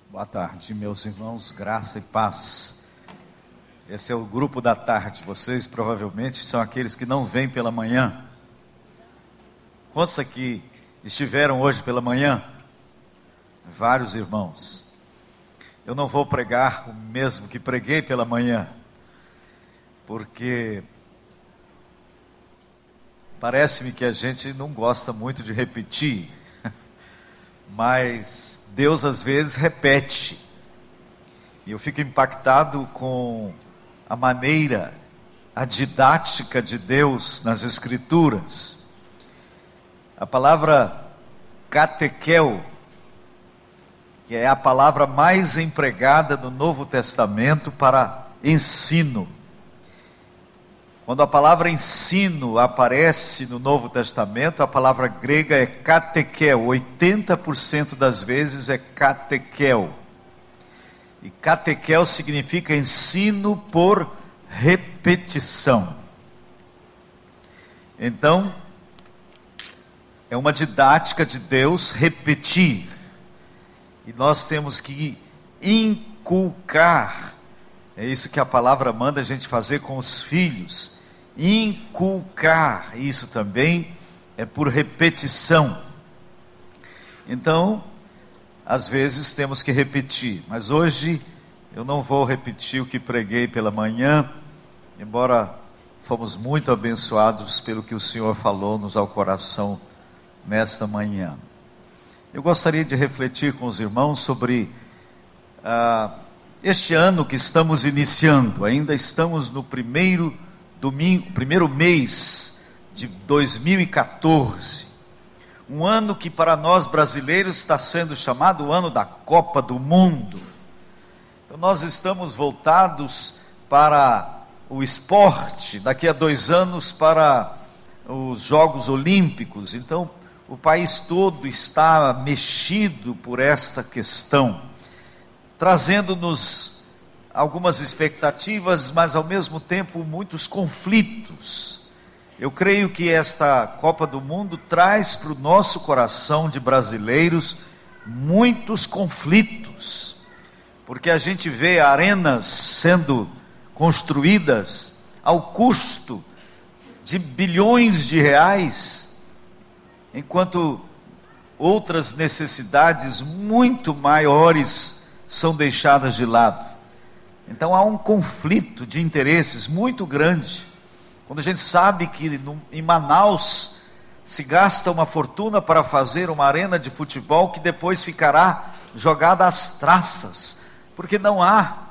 Boa tarde, meus irmãos, graça e paz. Esse é o grupo da tarde. Vocês provavelmente são aqueles que não vêm pela manhã. Quantos aqui estiveram hoje pela manhã? Vários irmãos. Eu não vou pregar o mesmo que preguei pela manhã, porque parece-me que a gente não gosta muito de repetir, mas Deus às vezes repete, e eu fico impactado com a maneira, a didática de Deus nas Escrituras. A palavra catequel, que é a palavra mais empregada no Novo Testamento para ensino. Quando a palavra ensino aparece no Novo Testamento, a palavra grega é catequel, 80% das vezes é catequel. E catequel significa ensino por repetição. Então, é uma didática de Deus repetir. E nós temos que inculcar. É isso que a palavra manda a gente fazer com os filhos. Inculcar, isso também é por repetição. Então, às vezes temos que repetir, mas hoje eu não vou repetir o que preguei pela manhã, embora fomos muito abençoados pelo que o Senhor falou-nos ao coração nesta manhã. Eu gostaria de refletir com os irmãos sobre este ano que estamos iniciando. Ainda estamos no primeiro mês de 2014, um ano que para nós brasileiros está sendo chamado o ano da Copa do Mundo. Então nós estamos voltados para o esporte, daqui a 2 anos para os Jogos Olímpicos. Então o país todo está mexido por esta questão, trazendo-nos algumas expectativas, mas ao mesmo tempo muitos conflitos. Eu creio que esta Copa do Mundo traz para o nosso coração de brasileiros muitos conflitos, porque a gente vê arenas sendo construídas ao custo de bilhões de reais, enquanto outras necessidades muito maiores são deixadas de lado. Então há um conflito de interesses muito grande, quando a gente sabe que em Manaus se gasta uma fortuna para fazer uma arena de futebol que depois ficará jogada às traças, porque não há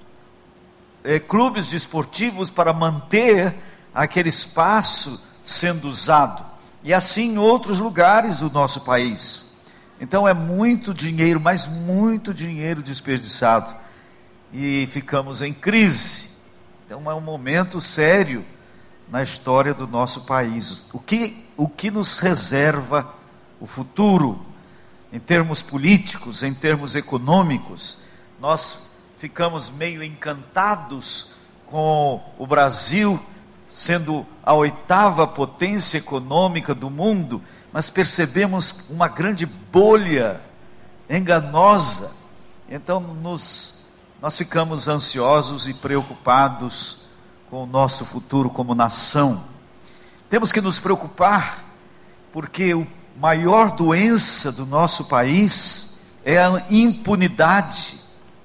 clubes desportivos para manter aquele espaço sendo usado, e assim em outros lugares do nosso país. Então é muito dinheiro, mas muito dinheiro desperdiçado, e ficamos em crise. Então é um momento sério na história do nosso país. O que nos reserva o futuro, em termos políticos, em termos econômicos? Nós ficamos meio encantados com o Brasil sendo a 8ª potência econômica do mundo, mas percebemos uma grande bolha enganosa. Então nós ficamos ansiosos e preocupados com o nosso futuro como nação. Temos que nos preocupar, porque a maior doença do nosso país é a impunidade.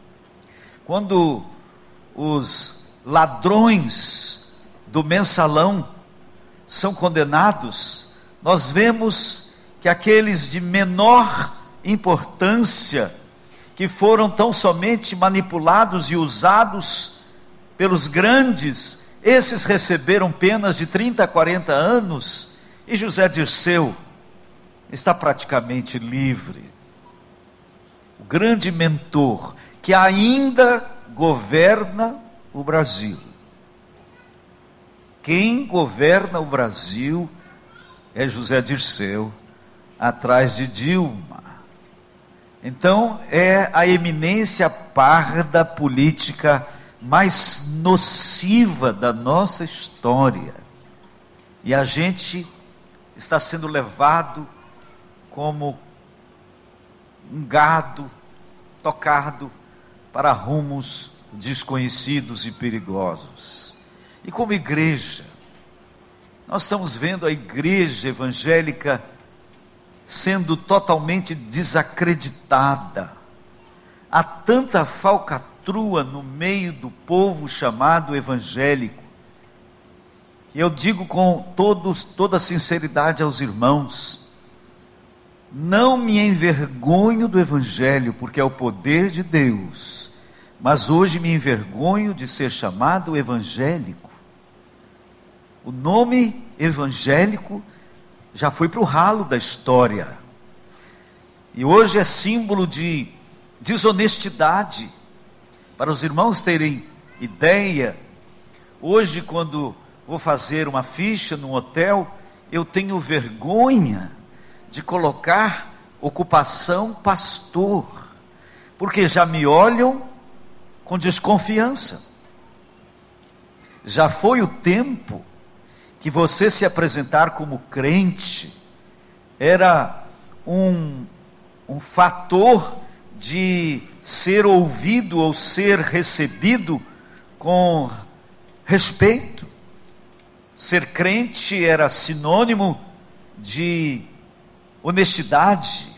Quando os ladrões do mensalão são condenados, nós vemos que aqueles de menor importância, que foram tão somente manipulados e usados pelos grandes, esses receberam penas de 30 a 40 anos, e José Dirceu está praticamente livre. O grande mentor que ainda governa o Brasil. Quem governa o Brasil é José Dirceu, atrás de Dilma. Então é a eminência parda política mais nociva da nossa história, e a gente está sendo levado como um gado tocado para rumos desconhecidos e perigosos. E como igreja, nós estamos vendo a igreja evangélica sendo totalmente desacreditada. Há tanta falcatrua no meio do povo chamado evangélico, que eu digo com toda sinceridade aos irmãos: não me envergonho do evangelho, porque é o poder de Deus, mas hoje me envergonho de ser chamado evangélico. O nome evangélico já foi para o ralo da história, e hoje é símbolo de desonestidade. Para os irmãos terem ideia, hoje quando vou fazer uma ficha num hotel, eu tenho vergonha de colocar ocupação pastor, porque já me olham com desconfiança. Já foi o tempo que você se apresentar como crente era um fator de ser ouvido ou ser recebido com respeito. Ser crente era sinônimo de honestidade.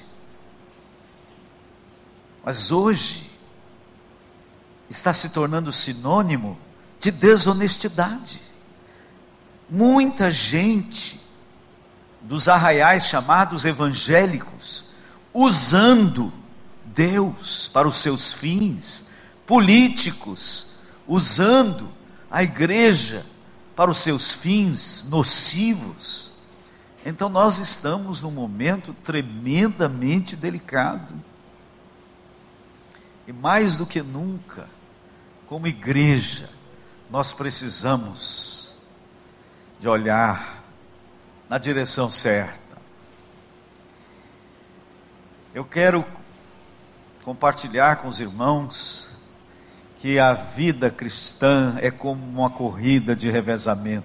Mas hoje está se tornando sinônimo de desonestidade. Muita gente dos arraiais chamados evangélicos, usando Deus para os seus fins, políticos usando a igreja para os seus fins nocivos. Então nós estamos num momento tremendamente delicado, e mais do que nunca, como igreja, nós precisamos de olhar na direção certa. Eu quero compartilhar com os irmãos que a vida cristã é como uma corrida de revezamento.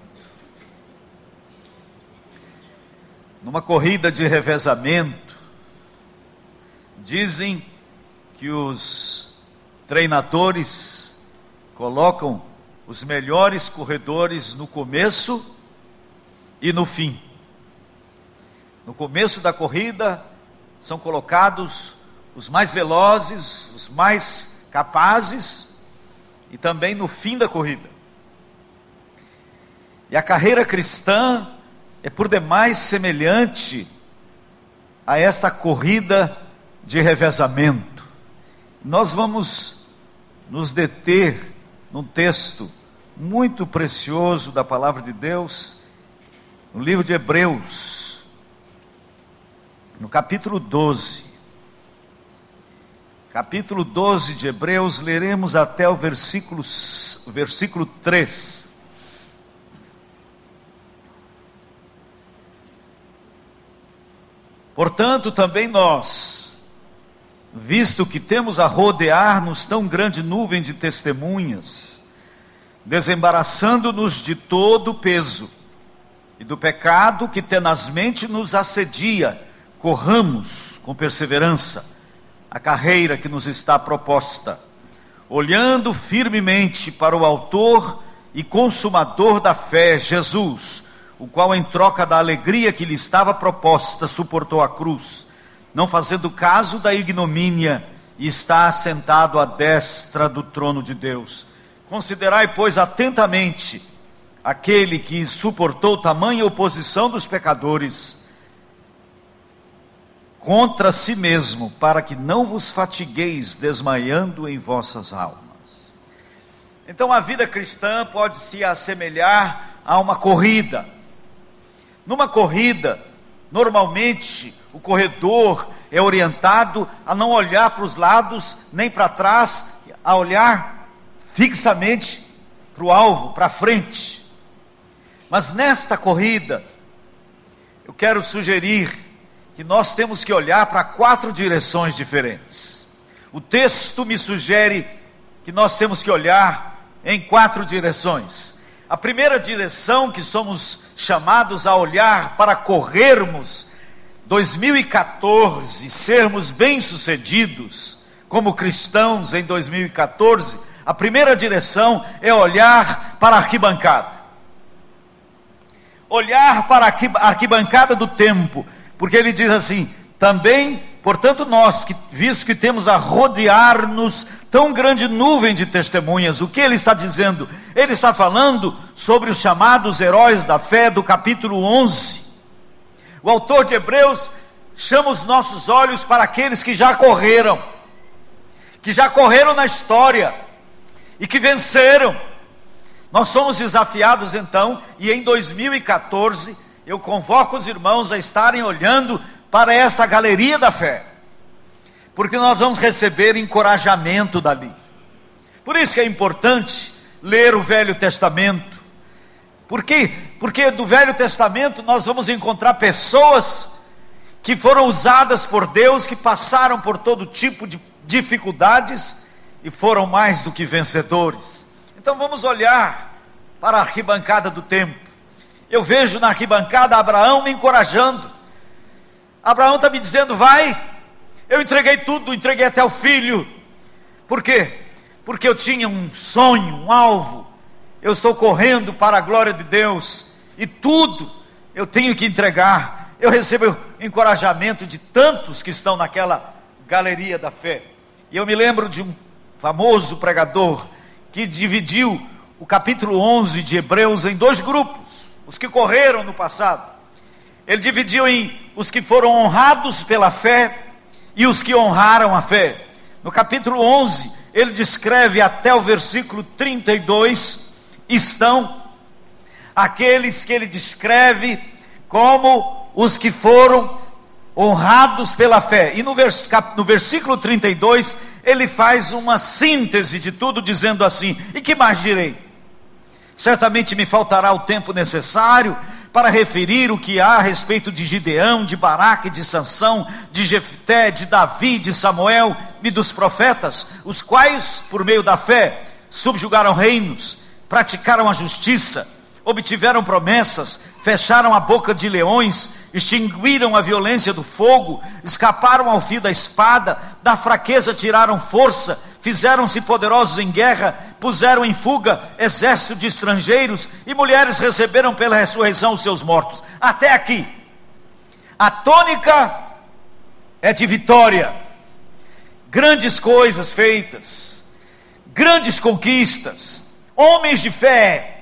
Numa corrida de revezamento, dizem que os treinadores colocam os melhores corredores no começo e no fim. No começo da corrida são colocados os mais velozes, os mais capazes, e também no fim da corrida. E a carreira cristã é por demais semelhante a esta corrida de revezamento. Nós vamos nos deter num texto muito precioso da palavra de Deus, no livro de Hebreus, no capítulo 12. Capítulo 12 de Hebreus, leremos até o versículo 3. Portanto, também nós, visto que temos a rodear-nos tão grande nuvem de testemunhas, desembaraçando-nos de todo o peso e do pecado que tenazmente nos assedia, corramos com perseverança a carreira que nos está proposta, olhando firmemente para o autor e consumador da fé, Jesus, o qual em troca da alegria que lhe estava proposta, suportou a cruz, não fazendo caso da ignomínia, e está assentado à destra do trono de Deus. Considerai, pois, atentamente aquele que suportou tamanha oposição dos pecadores contra si mesmo, para que não vos fatigueis desmaiando em vossas almas. Então a vida cristã pode se assemelhar a uma corrida. Numa corrida, normalmente o corredor é orientado a não olhar para os lados nem para trás, a olhar fixamente para o alvo, para frente. Mas nesta corrida, eu quero sugerir que nós temos que olhar para 4 direções diferentes. O texto me sugere que nós temos que olhar em 4 direções. A primeira direção que somos chamados a olhar para corrermos 2014, sermos bem-sucedidos como cristãos em 2014, a primeira direção é olhar para a arquibancada. Olhar para a arquibancada do tempo, porque ele diz assim: também, portanto nós, visto que temos a rodear-nos tão grande nuvem de testemunhas. O que ele está dizendo? Ele está falando sobre os chamados heróis da fé do capítulo 11. O autor de Hebreus chama os nossos olhos para aqueles que já correram na história e que venceram. Nós somos desafiados então, e em 2014 eu convoco os irmãos a estarem olhando para esta galeria da fé, porque nós vamos receber encorajamento dali. Por isso que é importante ler o Velho Testamento. Por quê? Porque do Velho Testamento nós vamos encontrar pessoas que foram usadas por Deus, que passaram por todo tipo de dificuldades e foram mais do que vencedores. Então vamos olhar para a arquibancada do tempo. Eu vejo na arquibancada Abraão me encorajando. Abraão está me dizendo: vai, eu entreguei tudo, entreguei até o filho. Por quê? Porque eu tinha um sonho, um alvo. Eu estou correndo para a glória de Deus, e tudo eu tenho que entregar. Eu recebo encorajamento de tantos que estão naquela galeria da fé. E eu me lembro de um famoso pregador que dividiu o capítulo 11 de Hebreus em dois grupos: os que correram no passado. Ele dividiu em os que foram honrados pela fé e os que honraram a fé. No capítulo 11, ele descreve até o versículo 32, estão aqueles que ele descreve como os que foram honrados pela fé. E no versículo 32, ele faz uma síntese de tudo, dizendo assim: e que mais direi? Certamente me faltará o tempo necessário para referir o que há a respeito de Gideão, de Baraque, de Sansão, de Jefté, de Davi, de Samuel e dos profetas, os quais, por meio da fé, subjugaram reinos, praticaram a justiça, obtiveram promessas, fecharam a boca de leões, extinguiram a violência do fogo, escaparam ao fio da espada, da fraqueza tiraram força, fizeram-se poderosos em guerra, puseram em fuga exército de estrangeiros, e mulheres receberam pela ressurreição os seus mortos. Até aqui, a tônica é de vitória, grandes coisas feitas, grandes conquistas, homens de fé,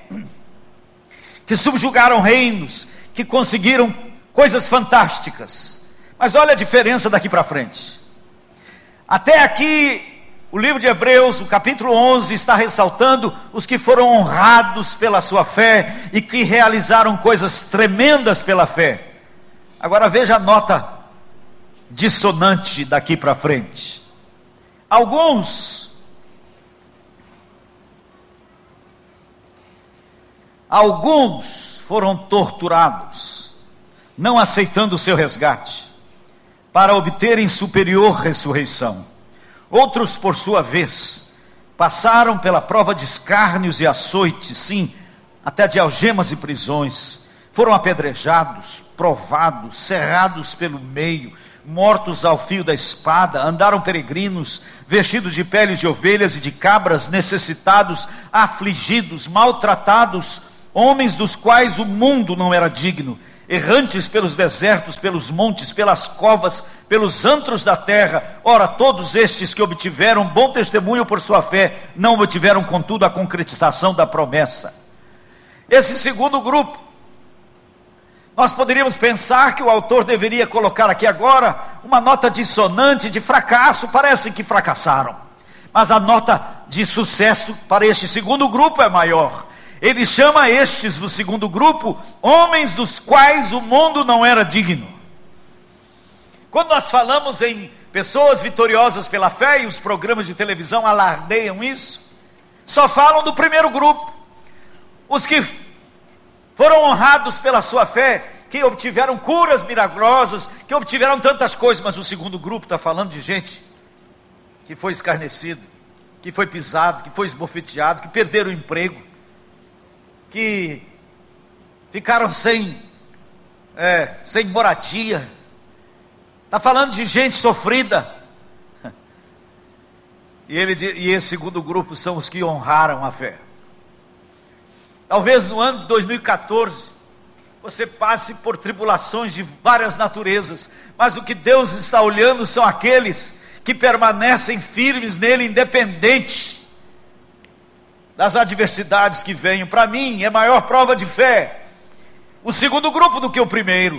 que subjugaram reinos, que conseguiram coisas fantásticas. Mas olha a diferença daqui para frente. Até aqui, o livro de Hebreus, o capítulo 11, está ressaltando os que foram honrados pela sua fé e que realizaram coisas tremendas pela fé. Agora veja a nota dissonante daqui para frente. Alguns foram torturados, não aceitando o seu resgate, para obterem superior ressurreição. Outros, por sua vez, passaram pela prova de escárnios e açoites, sim, até de algemas e prisões. Foram apedrejados, provados, cerrados pelo meio, mortos ao fio da espada, andaram peregrinos, vestidos de peles de ovelhas e de cabras, necessitados, afligidos, maltratados, homens dos quais o mundo não era digno, errantes pelos desertos, pelos montes, pelas covas, pelos antros da terra. Ora, todos estes que obtiveram bom testemunho por sua fé, não obtiveram contudo a concretização da promessa. Esse segundo grupo, nós poderíamos pensar que o autor deveria colocar aqui agora uma nota dissonante de fracasso. Parece que fracassaram, mas a nota de sucesso para este segundo grupo é maior. Ele chama estes do segundo grupo homens dos quais o mundo não era digno. Quando nós falamos em pessoas vitoriosas pela fé, e os programas de televisão alardeiam isso, só falam do primeiro grupo, os que foram honrados pela sua fé, que obtiveram curas milagrosas, que obtiveram tantas coisas. Mas o segundo grupo está falando de gente que foi escarnecido, que foi pisado, que foi esbofeteado, que perderam o emprego, que ficaram sem moradia. Está falando de gente sofrida. E esse segundo grupo são os que honraram a fé. Talvez no ano de 2014, você passe por tribulações de várias naturezas, mas o que Deus está olhando são aqueles que permanecem firmes nele, independente das adversidades que venham. Para mim, é maior prova de fé o segundo grupo do que o primeiro.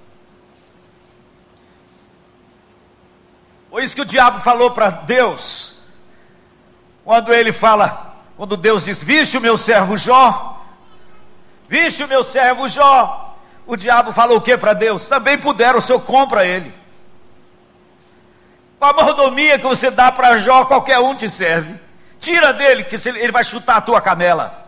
Foi isso que o diabo falou para Deus, quando Deus diz: viste o meu servo Jó? Viste o meu servo Jó? O diabo falou o que para Deus? Também puderam, o Senhor compra ele. Com a mordomia que você dá para Jó, qualquer um te serve. Tira dele, que ele vai chutar a tua canela.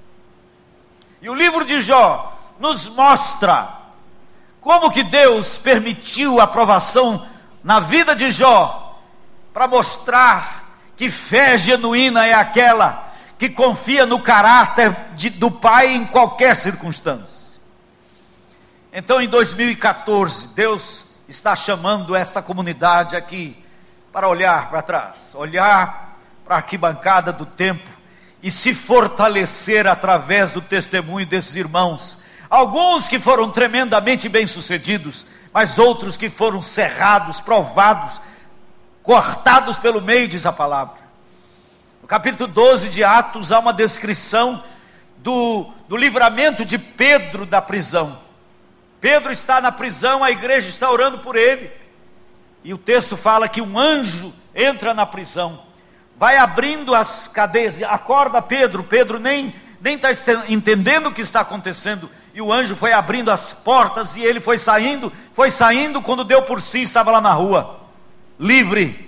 E o livro de Jó nos mostra como que Deus permitiu a provação na vida de Jó, para mostrar que fé genuína é aquela que confia no caráter do Pai em qualquer circunstância. Então, em 2014, Deus está chamando esta comunidade aqui para olhar para trás, olhar para a arquibancada do tempo e se fortalecer através do testemunho desses irmãos. Alguns que foram tremendamente bem-sucedidos, mas outros que foram cerrados, provados, cortados pelo meio, diz a palavra. No capítulo 12 de Atos há uma descrição do livramento de Pedro da prisão. Pedro está na prisão, a igreja está orando por ele, e o texto fala que um anjo entra na prisão, vai abrindo as cadeias, acorda Pedro. Pedro nem está entendendo o que está acontecendo, e o anjo foi abrindo as portas, e ele foi saindo, quando deu por si, estava lá na rua, livre,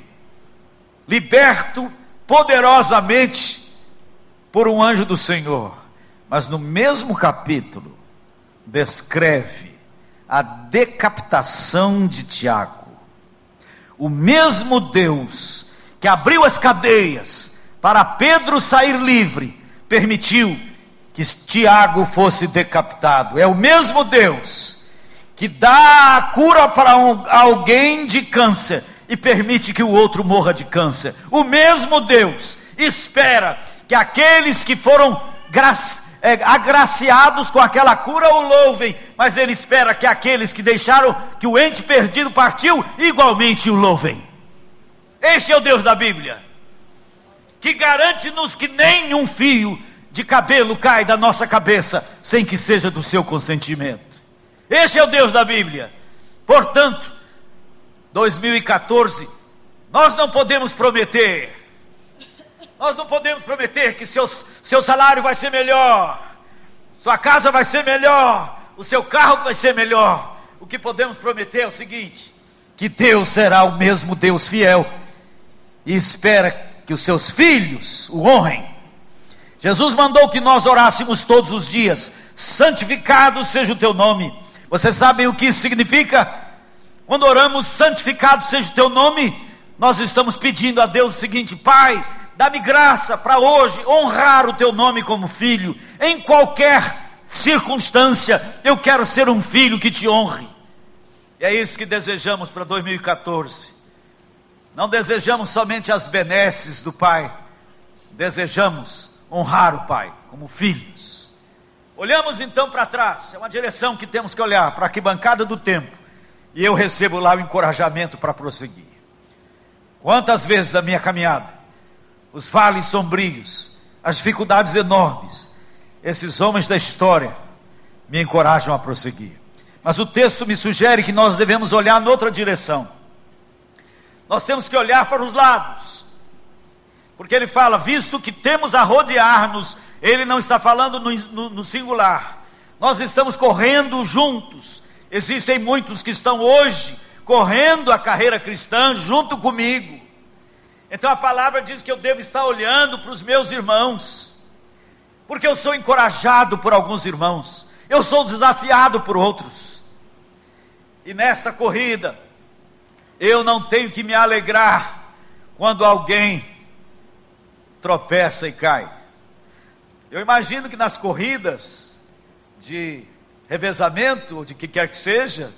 liberto poderosamente por um anjo do Senhor. Mas no mesmo capítulo, descreve a decapitação de Tiago. O mesmo Deus que abriu as cadeias para Pedro sair livre, permitiu que Tiago fosse decapitado. É o mesmo Deus que dá a cura para alguém de câncer e permite que o outro morra de câncer. O mesmo Deus espera que aqueles que foram agraciados com aquela cura o louvem, mas ele espera que aqueles que deixaram que o ente perdido partiu, igualmente o louvem. Este é o Deus da Bíblia, que garante-nos que nenhum fio de cabelo cai da nossa cabeça sem que seja do seu consentimento. Este é o Deus da Bíblia. Portanto, 2014, nós não podemos prometer que seu salário vai ser melhor, sua casa vai ser melhor, o seu carro vai ser melhor. O que podemos prometer é o seguinte: que Deus será o mesmo Deus fiel, e espera que os seus filhos o honrem. Jesus mandou que nós orássemos todos os dias: santificado seja o teu nome. Vocês sabem o que isso significa? Quando oramos, santificado seja o teu nome, nós estamos pedindo a Deus o seguinte: Pai, dá-me graça para hoje honrar o teu nome como filho. Em qualquer circunstância, eu quero ser um filho que te honre. E é isso que desejamos para 2014. Não desejamos somente as benesses do Pai, desejamos honrar o Pai como filhos. Olhamos então para trás, é uma direção que temos que olhar, para a arquibancada do tempo, e eu recebo lá o encorajamento para prosseguir. Quantas vezes na minha caminhada, os vales sombrios, as dificuldades enormes, esses homens da história me encorajam a prosseguir. Mas o texto me sugere que nós devemos olhar noutra direção. Nós temos que olhar para os lados, porque ele fala, visto que temos a rodear-nos, ele não está falando no singular, nós estamos correndo juntos. Existem muitos que estão hoje correndo a carreira cristã junto comigo. Então a palavra diz que eu devo estar olhando para os meus irmãos, porque eu sou encorajado por alguns irmãos, eu sou desafiado por outros, e nesta corrida eu não tenho que me alegrar quando alguém tropeça e cai. Eu imagino que nas corridas de revezamento, ou de que quer que seja,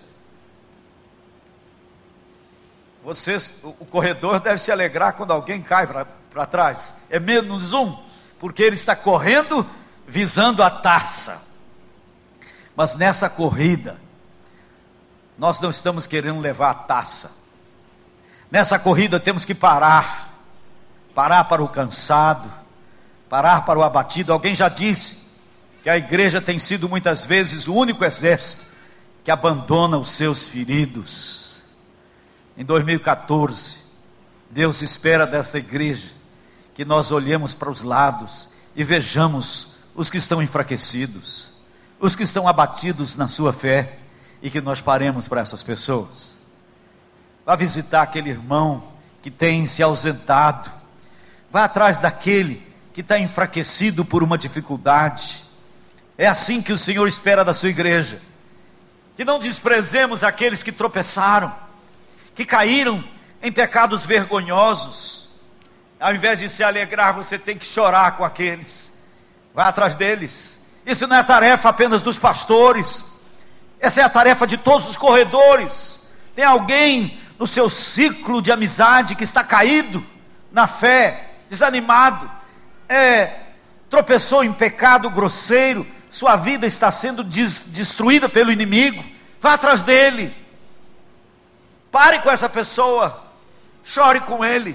o corredor deve se alegrar quando alguém cai para trás, é menos um, porque ele está correndo visando a taça. Mas nessa corrida, nós não estamos querendo levar a taça. Nessa corrida temos que parar para o cansado, parar para o abatido. Alguém já disse que a igreja tem sido muitas vezes o único exército que abandona os seus feridos. Em 2014, Deus espera dessa igreja que nós olhemos para os lados e vejamos os que estão enfraquecidos, os que estão abatidos na sua fé, e que nós paremos para essas pessoas. Vá visitar aquele irmão que tem se ausentado, vá atrás daquele que está enfraquecido por uma dificuldade. É assim que o Senhor espera da sua igreja, que não desprezemos aqueles que tropeçaram, que caíram em pecados vergonhosos. Ao invés de se alegrar, você tem que chorar com aqueles. Vai atrás deles. Isso não é tarefa apenas dos pastores, essa é a tarefa de todos os corredores. Tem alguém no seu ciclo de amizade que está caído na fé, desanimado, tropeçou em pecado grosseiro, sua vida está sendo destruída pelo inimigo. Vá atrás dele, pare com essa pessoa, chore com ele.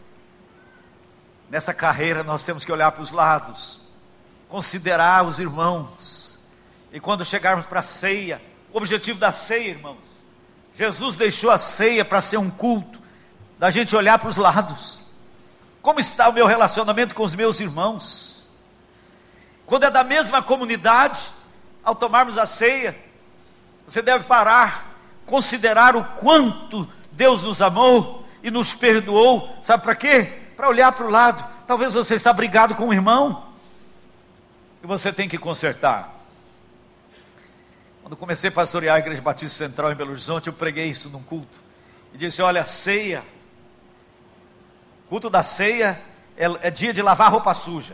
Nessa carreira nós temos que olhar para os lados, considerar os irmãos, e quando chegarmos para a ceia, o objetivo da ceia, irmãos, Jesus deixou a ceia para ser um culto, da gente olhar para os lados. Como está o meu relacionamento com os meus irmãos? Quando é da mesma comunidade, ao tomarmos a ceia, você deve parar, considerar o quanto Deus nos amou e nos perdoou. Sabe para quê? Para olhar para o lado. Talvez você está brigado com um irmão e você tem que consertar. Quando comecei a pastorear a Igreja Batista Central em Belo Horizonte, eu preguei isso num culto e disse: olha, a ceia, culto da ceia é dia de lavar roupa suja.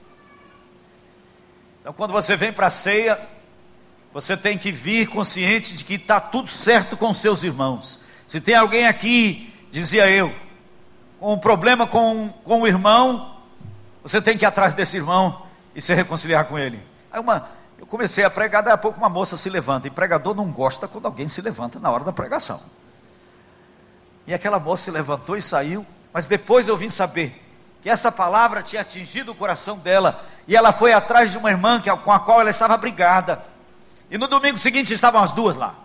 Então quando você vem para a ceia, você tem que vir consciente de que está tudo certo com os seus irmãos. Se tem alguém aqui, dizia eu, com um problema com o irmão, você tem que ir atrás desse irmão e se reconciliar com ele. Aí eu comecei a pregar, daí a pouco uma moça se levanta, e pregador não gosta quando alguém se levanta na hora da pregação. E aquela moça se levantou e saiu, mas depois eu vim saber que essa palavra tinha atingido o coração dela, e ela foi atrás de uma irmã com a qual ela estava brigada, e no domingo seguinte estavam as duas lá.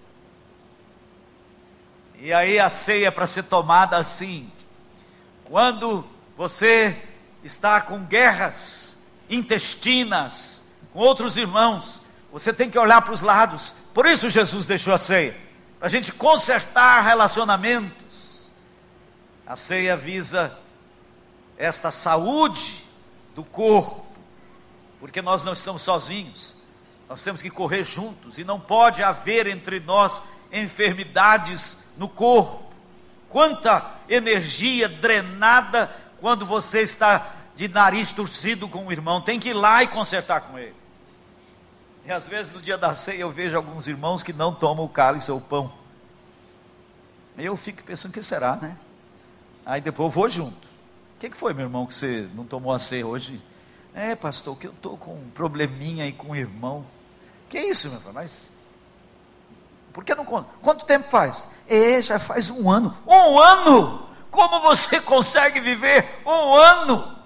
E aí a ceia para ser tomada assim, quando você está com guerras intestinas com outros irmãos, você tem que olhar para os lados. Por isso Jesus deixou a ceia, para a gente consertar relacionamentos. A ceia visa esta saúde do corpo, porque nós não estamos sozinhos, nós temos que correr juntos, e não pode haver entre nós enfermidades no corpo. Quanta energia drenada quando você está de nariz torcido com um irmão. Tem que ir lá e consertar com ele. E às vezes no dia da ceia eu vejo alguns irmãos que não tomam o cálice ou o pão, e eu fico pensando: o que será, né? Aí depois eu vou junto. O que foi, meu irmão, que você não tomou a ceia hoje? Pastor, que eu estou com um probleminha aí com o irmão. Que isso, meu pai? Mas por que não conta? Quanto tempo faz? Já faz 1 ano. 1 ano? Como você consegue viver 1 ano?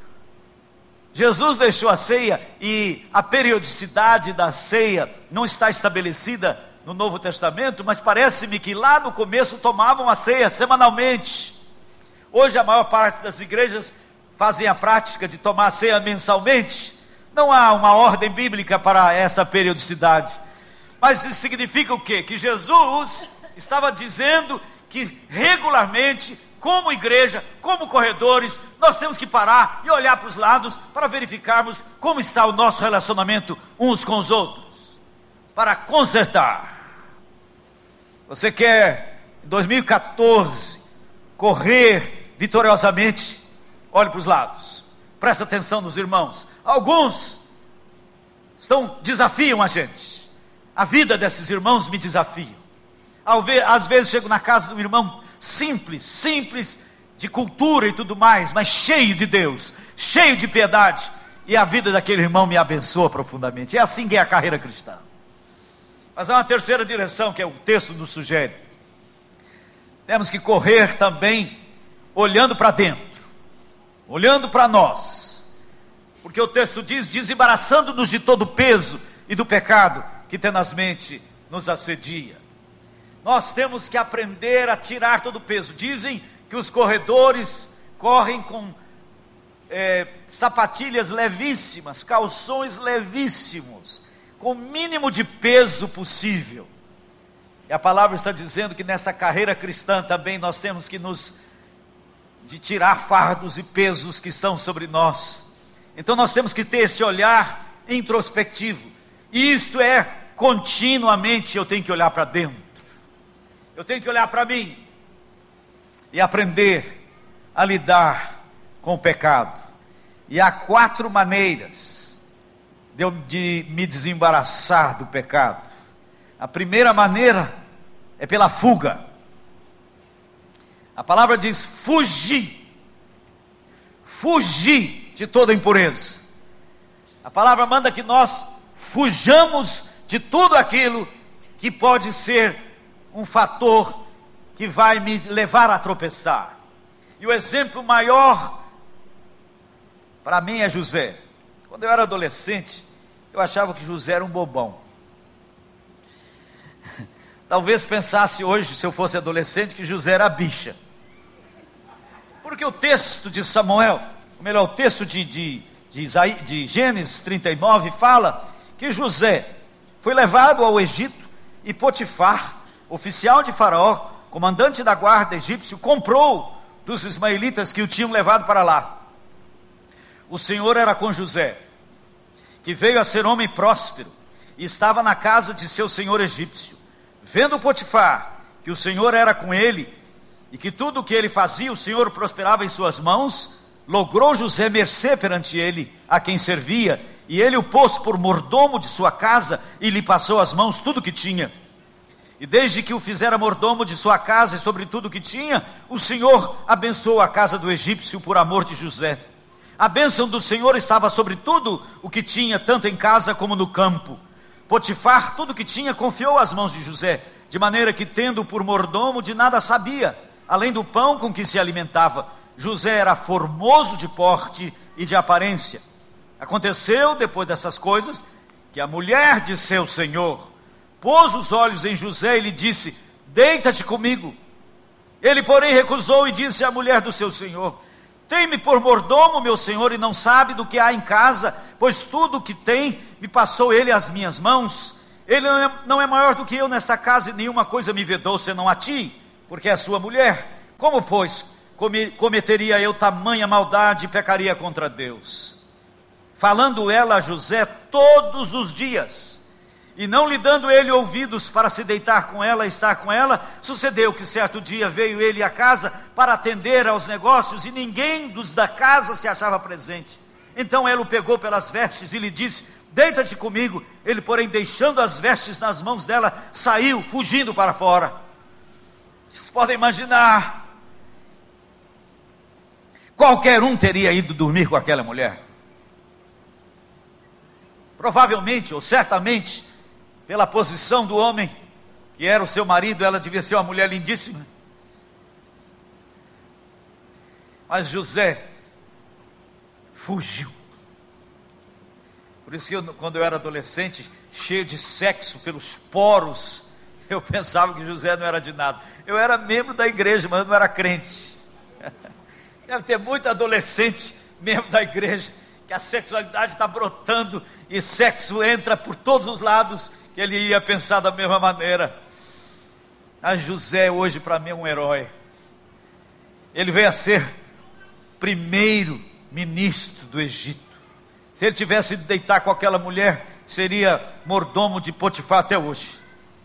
Jesus deixou a ceia, e a periodicidade da ceia não está estabelecida no Novo Testamento, mas parece-me que lá no começo tomavam a ceia semanalmente. Hoje a maior parte das igrejas fazem a prática de tomar a ceia mensalmente. Não há uma ordem bíblica para esta periodicidade. Mas isso significa o quê? Que Jesus estava dizendo que regularmente, como igreja, como corredores, nós temos que parar e olhar para os lados para verificarmos como está o nosso relacionamento uns com os outros, para consertar. Você quer, em 2014, correr vitoriosamente? Olhe para os lados, presta atenção nos irmãos. Alguns desafiam a gente. A vida desses irmãos me desafia. Às vezes chego na casa de um irmão simples, de cultura e tudo mais, mas cheio de Deus, cheio de piedade, e a vida daquele irmão me abençoa profundamente. É assim que é a carreira cristã. Mas há uma terceira direção que o texto nos sugere. Temos que correr também olhando para dentro, olhando para nós, porque o texto diz: desembaraçando-nos de todo o peso e do pecado que tenazmente nos assedia. Nós temos que aprender a tirar todo o peso. Dizem que os corredores correm com sapatilhas levíssimas, calções levíssimos, com o mínimo de peso possível. E a palavra está dizendo que nesta carreira cristã também nós temos que de tirar fardos e pesos que estão sobre nós. Então nós temos que ter esse olhar introspectivo, e isto é continuamente. Eu tenho que olhar para dentro, eu tenho que olhar para mim e aprender a lidar com o pecado. E há 4 maneiras de me desembaraçar do pecado. A primeira maneira é pela fuga. A palavra diz fugir, fugir de toda impureza. A palavra manda que nós fujamos de tudo aquilo que pode ser um fator que vai me levar a tropeçar. E o exemplo maior para mim é José. Quando eu era adolescente, eu achava que José era um bobão. Talvez pensasse hoje, se eu fosse adolescente, que José era bicha. Porque o texto de Samuel, ou melhor, o texto de Gênesis 39, fala que José foi levado ao Egito, e Potifar, oficial de Faraó, comandante da guarda egípcio, comprou dos ismaelitas que o tinham levado para lá. O Senhor era com José, que veio a ser homem próspero, e estava na casa de seu senhor egípcio. Vendo Potifar que o Senhor era com ele, e que tudo o que ele fazia, o Senhor prosperava em suas mãos, logrou José mercê perante ele, a quem servia, e ele o pôs por mordomo de sua casa, e lhe passou às mãos tudo o que tinha. E desde que o fizera mordomo de sua casa e sobre tudo o que tinha, o Senhor abençoou a casa do egípcio por amor de José. A bênção do Senhor estava sobre tudo o que tinha, tanto em casa como no campo. Potifar, tudo o que tinha, confiou às mãos de José, de maneira que, tendo por mordomo, de nada sabia, além do pão com que se alimentava. José era formoso de porte e de aparência. Aconteceu, depois dessas coisas, que a mulher de seu senhor pôs os olhos em José e lhe disse: deita-te comigo. Ele, porém, recusou e disse à mulher do seu senhor: tem-me por mordomo, meu senhor, e não sabe do que há em casa, pois tudo o que tem me passou ele às minhas mãos. Ele não é maior do que eu nesta casa, e nenhuma coisa me vedou senão a ti, porque é sua mulher. Como, pois, cometeria eu tamanha maldade e pecaria contra Deus? Falando ela a José todos os dias, e não lhe dando ele ouvidos para se deitar com ela e estar com ela, sucedeu que certo dia veio ele à casa para atender aos negócios, e ninguém dos da casa se achava presente. Então ela o pegou pelas vestes e lhe disse: deita-te comigo. Ele, porém, deixando as vestes nas mãos dela, saiu fugindo para fora. Vocês podem imaginar, qualquer um teria ido dormir com aquela mulher. Provavelmente, ou certamente, pela posição do homem, que era o seu marido, ela devia ser uma mulher lindíssima. Mas José fugiu. Por isso que quando eu era adolescente, cheio de sexo pelos poros, eu pensava que José não era de nada. Eu era membro da igreja, mas eu não era crente. Deve ter muito adolescente membro da igreja, que a sexualidade está brotando, e sexo entra por todos os lados, que ele ia pensar da mesma maneira. Mas José hoje para mim é um herói. Ele veio a ser primeiro ministro do Egito. Se ele tivesse ido deitar com aquela mulher, seria mordomo de Potifar até hoje.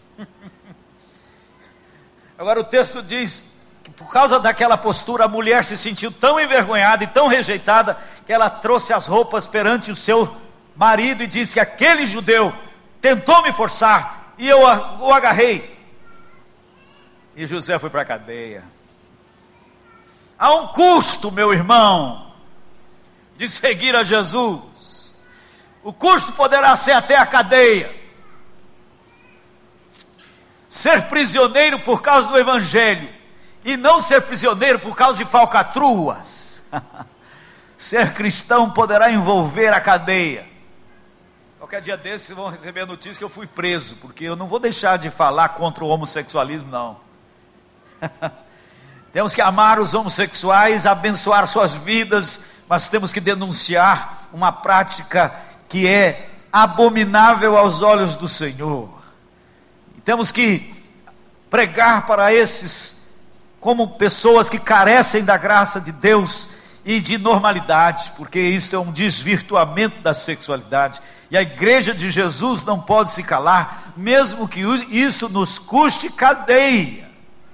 Agora o texto diz que por causa daquela postura, a mulher se sentiu tão envergonhada e tão rejeitada, que ela trouxe as roupas perante o seu marido e disse que aquele judeu tentou me forçar, e eu o agarrei. E José foi para a cadeia. Há um custo, meu irmão, de seguir a Jesus. O custo poderá ser até a cadeia. Ser prisioneiro por causa do Evangelho, e não ser prisioneiro por causa de falcatruas. Ser cristão poderá envolver a cadeia. Qualquer dia desses vocês vão receber a notícia que eu fui preso, porque eu não vou deixar de falar contra o homossexualismo, não. Temos que amar os homossexuais, abençoar suas vidas, mas temos que denunciar uma prática que é abominável aos olhos do Senhor. Temos que pregar para esses como pessoas que carecem da graça de Deus e de normalidade, porque isso é um desvirtuamento da sexualidade, e a igreja de Jesus não pode se calar, mesmo que isso nos custe cadeia.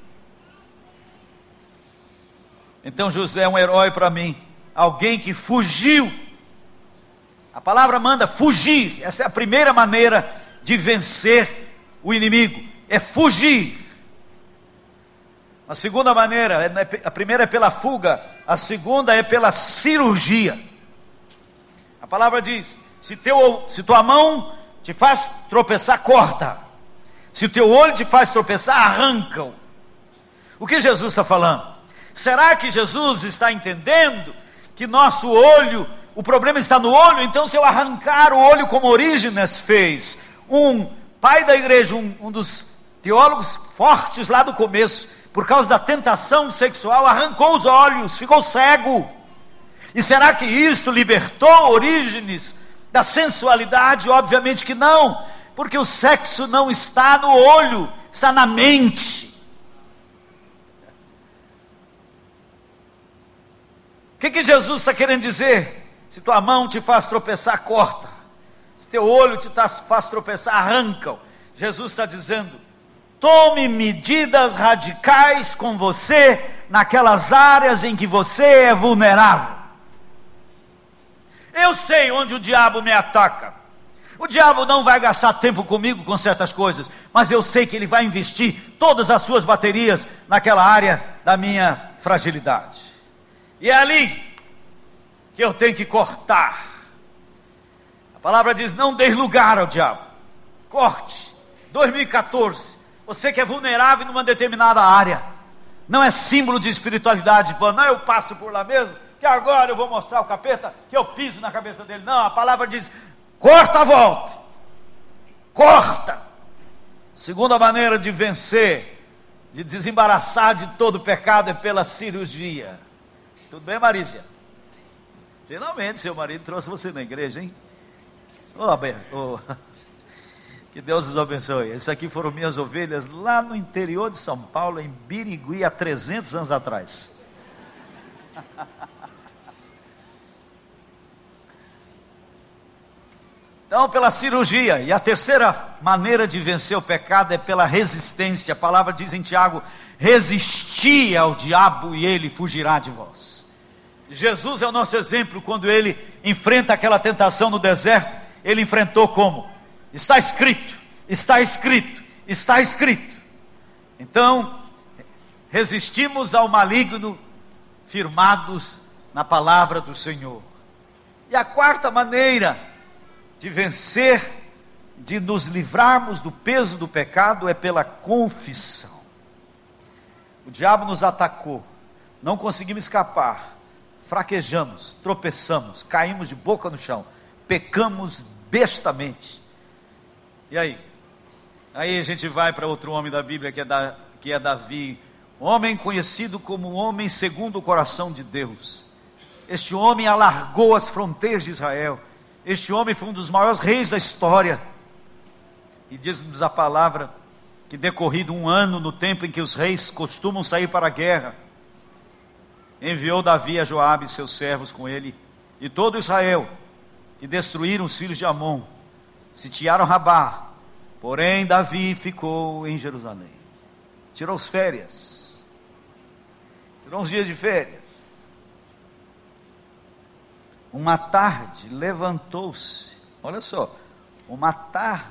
Então José é um herói para mim, alguém que fugiu. A palavra manda fugir. Essa é a primeira maneira de vencer o inimigo, é fugir. A segunda maneira, a primeira é pela fuga, a segunda é pela cirurgia. A palavra diz: se tua mão te faz tropeçar, corta. Se o teu olho te faz tropeçar, arranca-o. O que Jesus está falando? Será que Jesus está entendendo que nosso olho, o problema está no olho? Então se eu arrancar o olho como Orígenes fez, um pai da igreja, um dos teólogos fortes lá do começo, por causa da tentação sexual, arrancou os olhos, ficou cego. E será que isto libertou Orígenes da sensualidade? Obviamente que não, porque o sexo não está no olho, está na mente. O que Jesus está querendo dizer? Se tua mão te faz tropeçar, corta. Se teu olho te faz tropeçar, arranca-o. Jesus está dizendo: tome medidas radicais com você, naquelas áreas em que você é vulnerável. Eu sei onde o diabo me ataca. O diabo não vai gastar tempo comigo com certas coisas, mas eu sei que ele vai investir todas as suas baterias naquela área da minha fragilidade. E é ali que eu tenho que cortar. A palavra diz: não dê lugar ao diabo. Corte. 2014, você que é vulnerável numa determinada área, não é símbolo de espiritualidade, não, eu passo por lá mesmo, que agora eu vou mostrar o capeta, que eu piso na cabeça dele. Não, a palavra diz: corta a volta. Corta. Segunda maneira de vencer, de desembaraçar de todo o pecado, é pela cirurgia. Tudo bem, Marícia? Finalmente seu marido trouxe você na igreja, hein? Que Deus os abençoe. Essas aqui foram minhas ovelhas lá no interior de São Paulo, em Birigui, há 300 anos atrás. Então, pela cirurgia. E a terceira maneira de vencer o pecado é pela resistência. A palavra diz em Tiago: resisti ao diabo e ele fugirá de vós. Jesus é o nosso exemplo. Quando ele enfrenta aquela tentação no deserto, ele enfrentou como? Está escrito, está escrito, está escrito. Então, resistimos ao maligno, firmados na palavra do Senhor. E a quarta maneira de vencer, de nos livrarmos do peso do pecado, é pela confissão. O diabo nos atacou, não conseguimos escapar, fraquejamos, tropeçamos, caímos de boca no chão, pecamos bestamente. E aí? Aí a gente vai para outro homem da Bíblia, que é Davi, homem conhecido como homem segundo o coração de Deus. Este homem alargou as fronteiras de Israel. Este homem foi um dos maiores reis da história. E diz-nos a palavra que, decorrido um ano, no tempo em que os reis costumam sair para a guerra, enviou Davi a Joabe e seus servos com ele, e todo Israel, e destruíram os filhos de Amon, sitiaram Rabá. Porém Davi ficou em Jerusalém. Tirou as férias, tirou uns dias de férias. Uma tarde levantou-se, olha só, uma tarde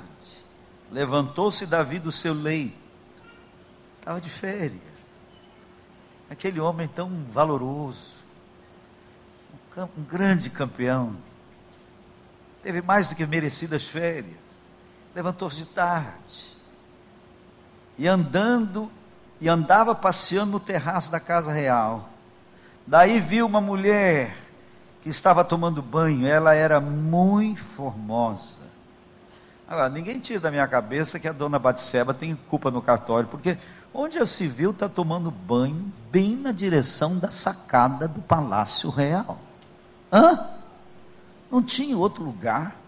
levantou-se Davi do seu leito, estava de férias, aquele homem tão valoroso, um grande campeão, teve mais do que merecidas férias, levantou-se de tarde, e andava passeando no terraço da casa real. Daí viu uma mulher que estava tomando banho, ela era muito formosa. Agora, ninguém tira da minha cabeça que a dona Batseba tem culpa no cartório, porque onde já se viu está tomando banho bem na direção da sacada do Palácio Real? Não tinha outro lugar.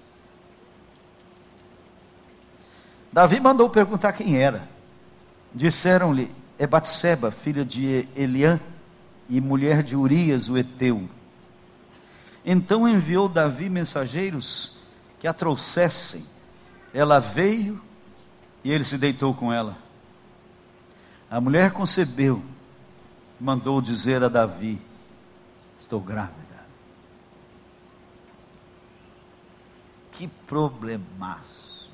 Davi mandou perguntar quem era. Disseram-lhe: é Batseba, filha de Eliã e mulher de Urias, o Heteu. Então enviou Davi mensageiros que a trouxessem. Ela veio e ele se deitou com ela. A mulher concebeu, mandou dizer a Davi: estou grávida. Que problemaço.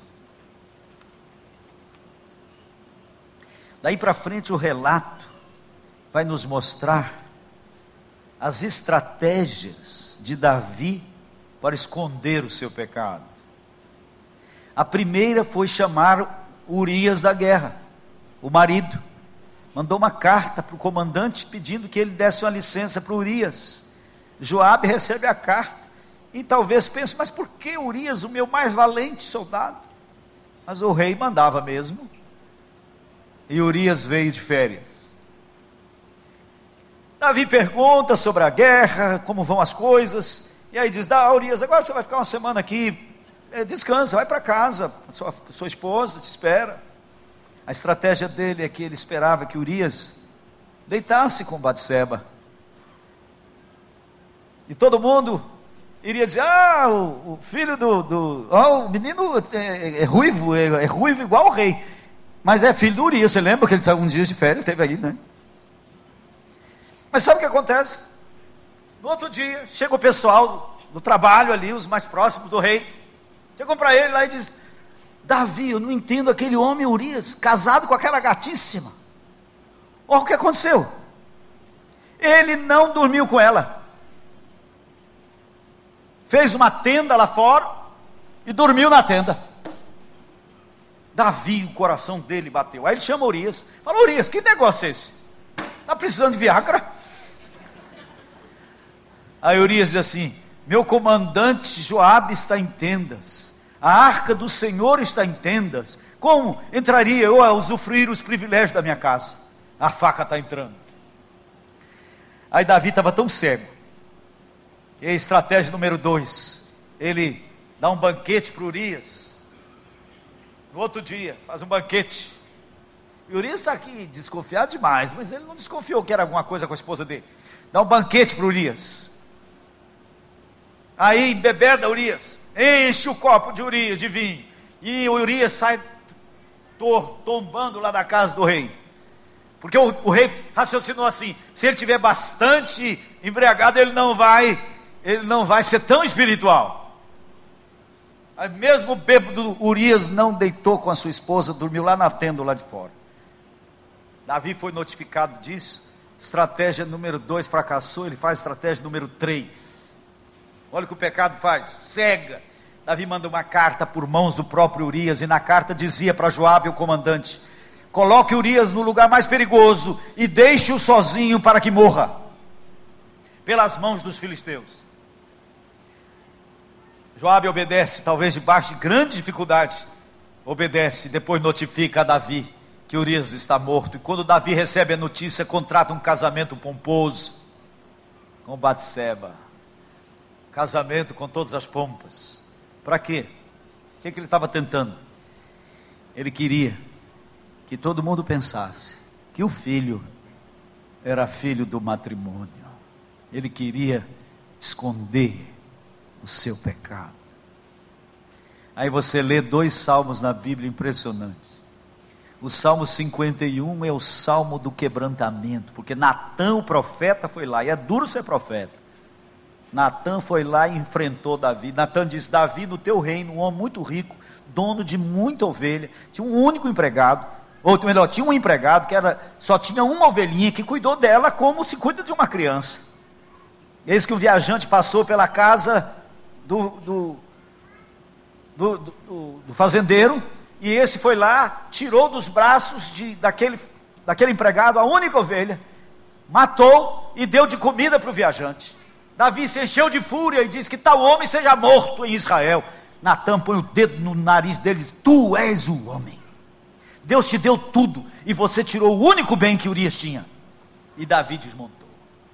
Daí para frente o relato vai nos mostrar as estratégias de Davi para esconder o seu pecado. A primeira foi chamar Urias da guerra, o marido. Mandou uma carta para o comandante pedindo que ele desse uma licença para Urias. Joabe recebe a carta e talvez pense: mas por que Urias, o meu mais valente soldado? Mas o rei mandava mesmo. E Urias veio de férias. Davi pergunta sobre a guerra, como vão as coisas, e aí diz: Urias, agora você vai ficar uma semana aqui, descansa, vai para casa, sua esposa te espera. A estratégia dele é que ele esperava que Urias deitasse com Batseba, e todo mundo iria dizer: o filho o menino é ruivo igual o rei, mas é filho do Urias. Você lembra que ele estava uns dias de férias, teve aí, né? Mas sabe o que acontece? No outro dia, chega o pessoal do trabalho ali, os mais próximos do rei, chegam para ele lá e diz: Davi, eu não entendo aquele homem Urias, casado com aquela gatíssima. Olha o que aconteceu. Ele não dormiu com ela, fez uma tenda lá fora e dormiu na tenda. Davi, o coração dele bateu. Aí ele chama Urias, fala: Urias, que negócio é esse? Está precisando de Viagra? Aí Urias diz assim: meu comandante Joabe está em tendas, a arca do Senhor está em tendas, como entraria eu a usufruir os privilégios da minha casa? A faca está entrando. Aí Davi estava tão cego, que é a estratégia número 2, ele dá um banquete para Urias. No outro dia, faz um banquete, e Urias está aqui desconfiado demais, mas ele não desconfiou que era alguma coisa com a esposa dele. Dá um banquete para Urias. Aí embeberda Urias, enche o copo de Urias de vinho, e o Urias sai tombando lá da casa do rei, porque o rei raciocinou assim: se ele tiver bastante embriagado, ele não vai ser tão espiritual. Aí mesmo o bêbado Urias não deitou com a sua esposa, dormiu lá na tenda lá de fora. Davi foi notificado disso. Estratégia número 2 fracassou, ele faz estratégia número 3. Olha o que o pecado faz: cega. Davi manda uma carta por mãos do próprio Urias, e na carta dizia para Joabe, o comandante: coloque Urias no lugar mais perigoso e deixe-o sozinho para que morra pelas mãos dos filisteus. Joabe obedece, talvez debaixo de grande dificuldade, obedece, depois notifica a Davi que Urias está morto. E quando Davi recebe a notícia, contrata um casamento pomposo com Batseba, casamento com todas as pompas. Para quê? O que ele estava tentando? Ele queria que todo mundo pensasse que o filho era filho do matrimônio. Ele queria esconder o seu pecado. Aí você lê 2 salmos na Bíblia impressionantes. O Salmo 51 é o salmo do quebrantamento, porque Natã, o profeta, foi lá, e é duro ser profeta. Natã foi lá e enfrentou Davi. Natã disse: Davi, no teu reino, um homem muito rico, dono de muita ovelha, tinha um único empregado, ou melhor, tinha um empregado que só tinha uma ovelhinha, que cuidou dela como se cuida de uma criança. Eis que o viajante passou pela casa do fazendeiro, e esse foi lá, tirou dos braços daquele empregado a única ovelha, matou e deu de comida para o viajante. Davi se encheu de fúria e disse que tal homem seja morto em Israel. Natan põe o dedo no nariz dele e diz: tu és o homem. Deus te deu tudo e você tirou o único bem que Urias tinha. E Davi desmontou.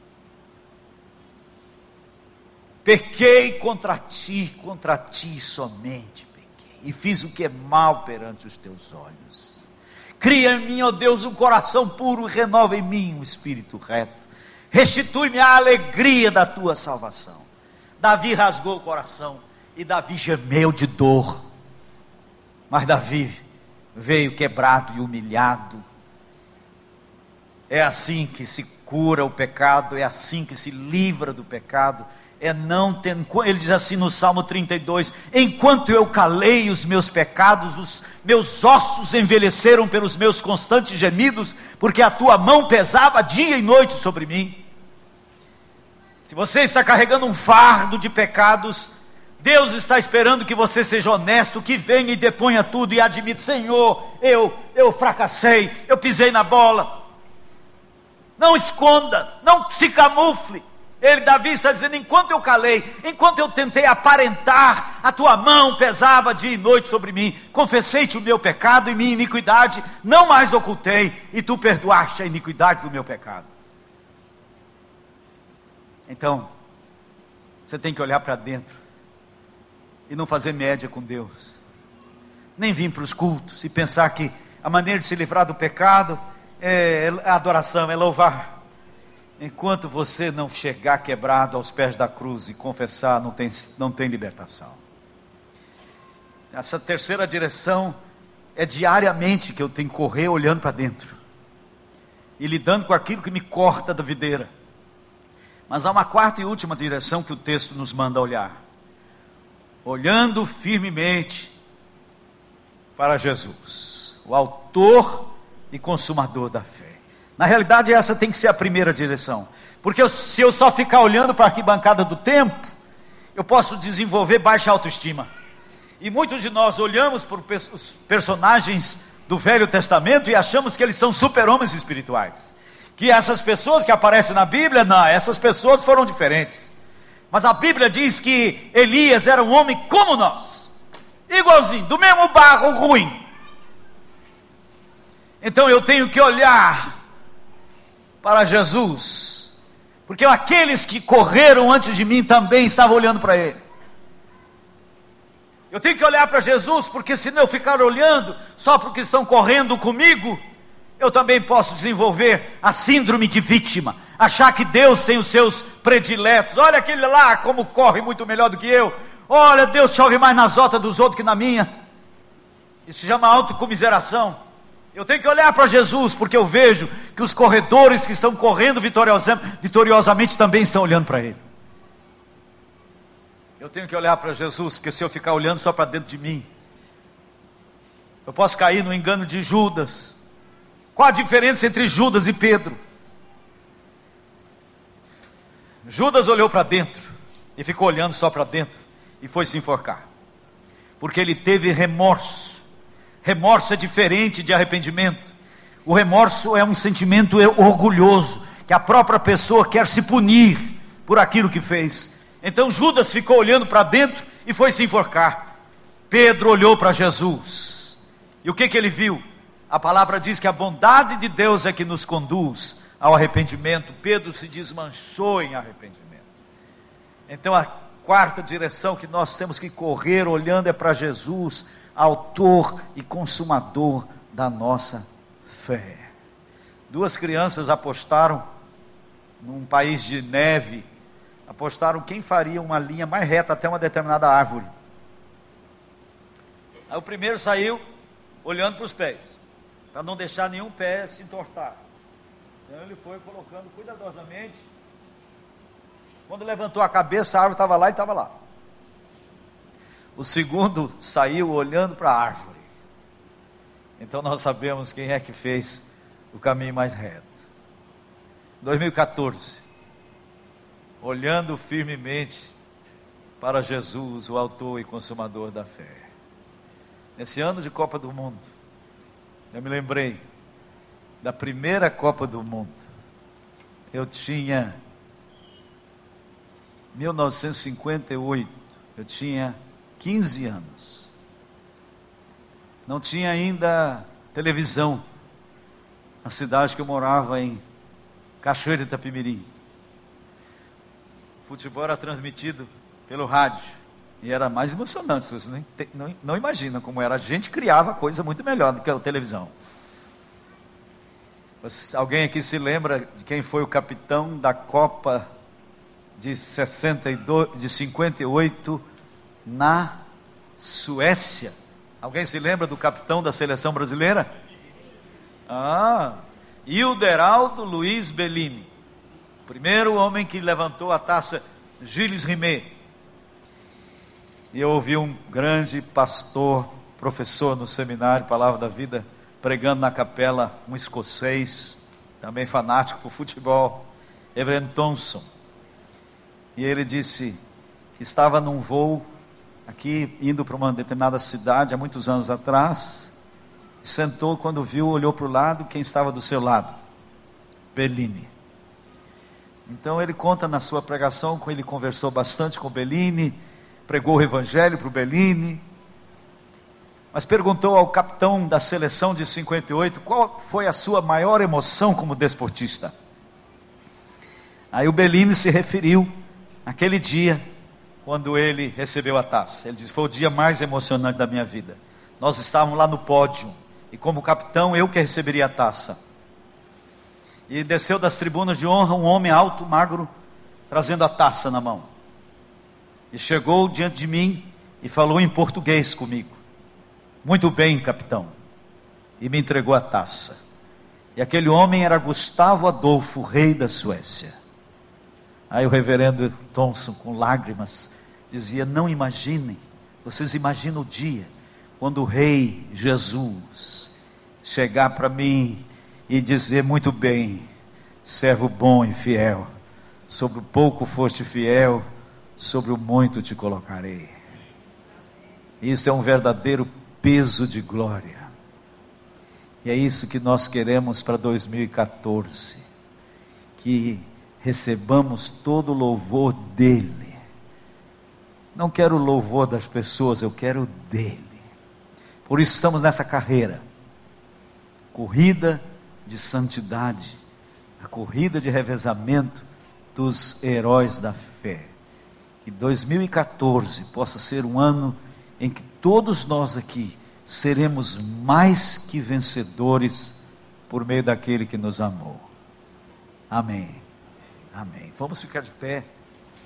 Pequei contra ti somente pequei, e fiz o que é mal perante os teus olhos. Cria em mim, ó Deus, um coração puro, e renova em mim um espírito reto. Restitui-me a alegria da tua salvação. Davi rasgou o coração, e Davi gemeu de dor. Mas Davi veio quebrado e humilhado. É assim que se cura o pecado, é assim que se livra do pecado. Ele diz assim no Salmo 32: enquanto eu calei os meus pecados, os meus ossos envelheceram pelos meus constantes gemidos, porque a tua mão pesava dia e noite sobre mim. Se você está carregando um fardo de pecados, Deus está esperando que você seja honesto, que venha e deponha tudo e admita: Senhor, eu fracassei, eu pisei na bola. Não esconda, não se camufle. Davi está dizendo: enquanto eu calei, enquanto eu tentei aparentar, a tua mão pesava dia e noite sobre mim. Confessei-te o meu pecado e minha iniquidade, não mais ocultei, e tu perdoaste a iniquidade do meu pecado. Então, você tem que olhar para dentro e não fazer média com Deus, nem vir para os cultos e pensar que a maneira de se livrar do pecado é a adoração, é louvar. Enquanto você não chegar quebrado aos pés da cruz e confessar, não tem libertação. Essa terceira direção é diariamente que eu tenho que correr olhando para dentro e lidando com aquilo que me corta da videira. Mas há uma quarta e última direção que o texto nos manda olhar: olhando firmemente para Jesus, o autor e consumador da fé. Na realidade, essa tem que ser a primeira direção, porque se eu só ficar olhando para a arquibancada do tempo, eu posso desenvolver baixa autoestima. E muitos de nós olhamos para os personagens do Velho Testamento e achamos que eles são super-homens espirituais, que essas pessoas que aparecem na Bíblia, não, essas pessoas foram diferentes. Mas a Bíblia diz que Elias era um homem como nós, igualzinho, do mesmo barro ruim. Então eu tenho que olhar para Jesus, porque aqueles que correram antes de mim também estavam olhando para Ele. Eu tenho que olhar para Jesus, porque se eu ficar olhando só para os que estão correndo comigo, eu também posso desenvolver a síndrome de vítima, achar que Deus tem os seus prediletos. Olha aquele lá como corre muito melhor do que eu. Olha, Deus chove mais nas otas dos outros que na minha. Isso se chama autocomiseração. Eu tenho que olhar para Jesus, porque eu vejo que os corredores que estão correndo vitoriosamente também estão olhando para Ele. Eu tenho que olhar para Jesus, porque se eu ficar olhando só para dentro de mim, eu posso cair no engano de Judas. Qual a diferença entre Judas e Pedro? Judas olhou para dentro e ficou olhando só para dentro e foi se enforcar, porque ele teve remorso. Remorso é diferente de arrependimento. O remorso é um sentimento orgulhoso, que a própria pessoa quer se punir por aquilo que fez. Então Judas ficou olhando para dentro e foi se enforcar. Pedro olhou para Jesus, e o que ele viu? A palavra diz que a bondade de Deus é que nos conduz ao arrependimento. Pedro se desmanchou em arrependimento. Então a quarta direção que nós temos que correr olhando é para Jesus, autor e consumador da nossa fé. Duas crianças apostaram num país de neve, apostaram quem faria uma linha mais reta até uma determinada árvore. Aí o primeiro saiu olhando para os pés, para não deixar nenhum pé se entortar. Então ele foi colocando cuidadosamente. Quando levantou a cabeça, a árvore estava lá e estava lá. O segundo saiu olhando para a árvore. Então nós sabemos quem é que fez o caminho mais reto. 2014, olhando firmemente para Jesus, o autor e consumador da fé. Nesse ano de Copa do Mundo, eu me lembrei da primeira Copa do Mundo. Eu tinha 1958, eu tinha 15 anos. Não tinha ainda televisão na cidade que eu morava, em Cachoeira de Itapemirim. O futebol era transmitido pelo rádio e era mais emocionante. Vocês não imaginam como era. A gente criava coisa muito melhor do que a televisão. Alguém aqui se lembra de quem foi o capitão da Copa de 58 na Suécia? Alguém se lembra do capitão da seleção brasileira? Ilderaldo Luiz Bellini, primeiro homem que levantou a taça Gilles Rimet. E eu ouvi um grande pastor, professor no seminário Palavra da Vida, pregando na capela, um escocês, também fanático por futebol, Reverend Thompson. E ele disse que estava num voo aqui, indo para uma determinada cidade, há muitos anos atrás. Sentou, quando viu, olhou para o lado, quem estava do seu lado? Bellini. Então ele conta na sua pregação que ele conversou bastante com Bellini, pregou o evangelho para o Bellini, mas perguntou ao capitão da seleção de 58, qual foi a sua maior emoção como desportista? Aí o Bellini se referiu naquele dia, quando ele recebeu a taça. Ele disse, foi o dia mais emocionante da minha vida. Nós estávamos lá no pódio, e como capitão, eu que receberia a taça. E desceu das tribunas de honra um homem alto, magro, trazendo a taça na mão. E chegou diante de mim e falou em português comigo. Muito bem, capitão. E me entregou a taça. E aquele homem era Gustavo Adolfo, rei da Suécia. Aí o reverendo Thompson, com lágrimas, dizia, não imaginem, vocês imaginam o dia quando o rei Jesus chegar para mim e dizer, muito bem, servo bom e fiel, sobre o pouco foste fiel, sobre o muito te colocarei. Isso é um verdadeiro peso de glória, e é isso que nós queremos para 2014, que recebamos todo o louvor dele. Não quero o louvor das pessoas, eu quero o dele. Por isso estamos nessa carreira, corrida de santidade, a corrida de revezamento dos heróis da fé. Que 2014 possa ser um ano em que todos nós aqui seremos mais que vencedores por meio daquele que nos amou. Amém. Amém. Vamos ficar de pé.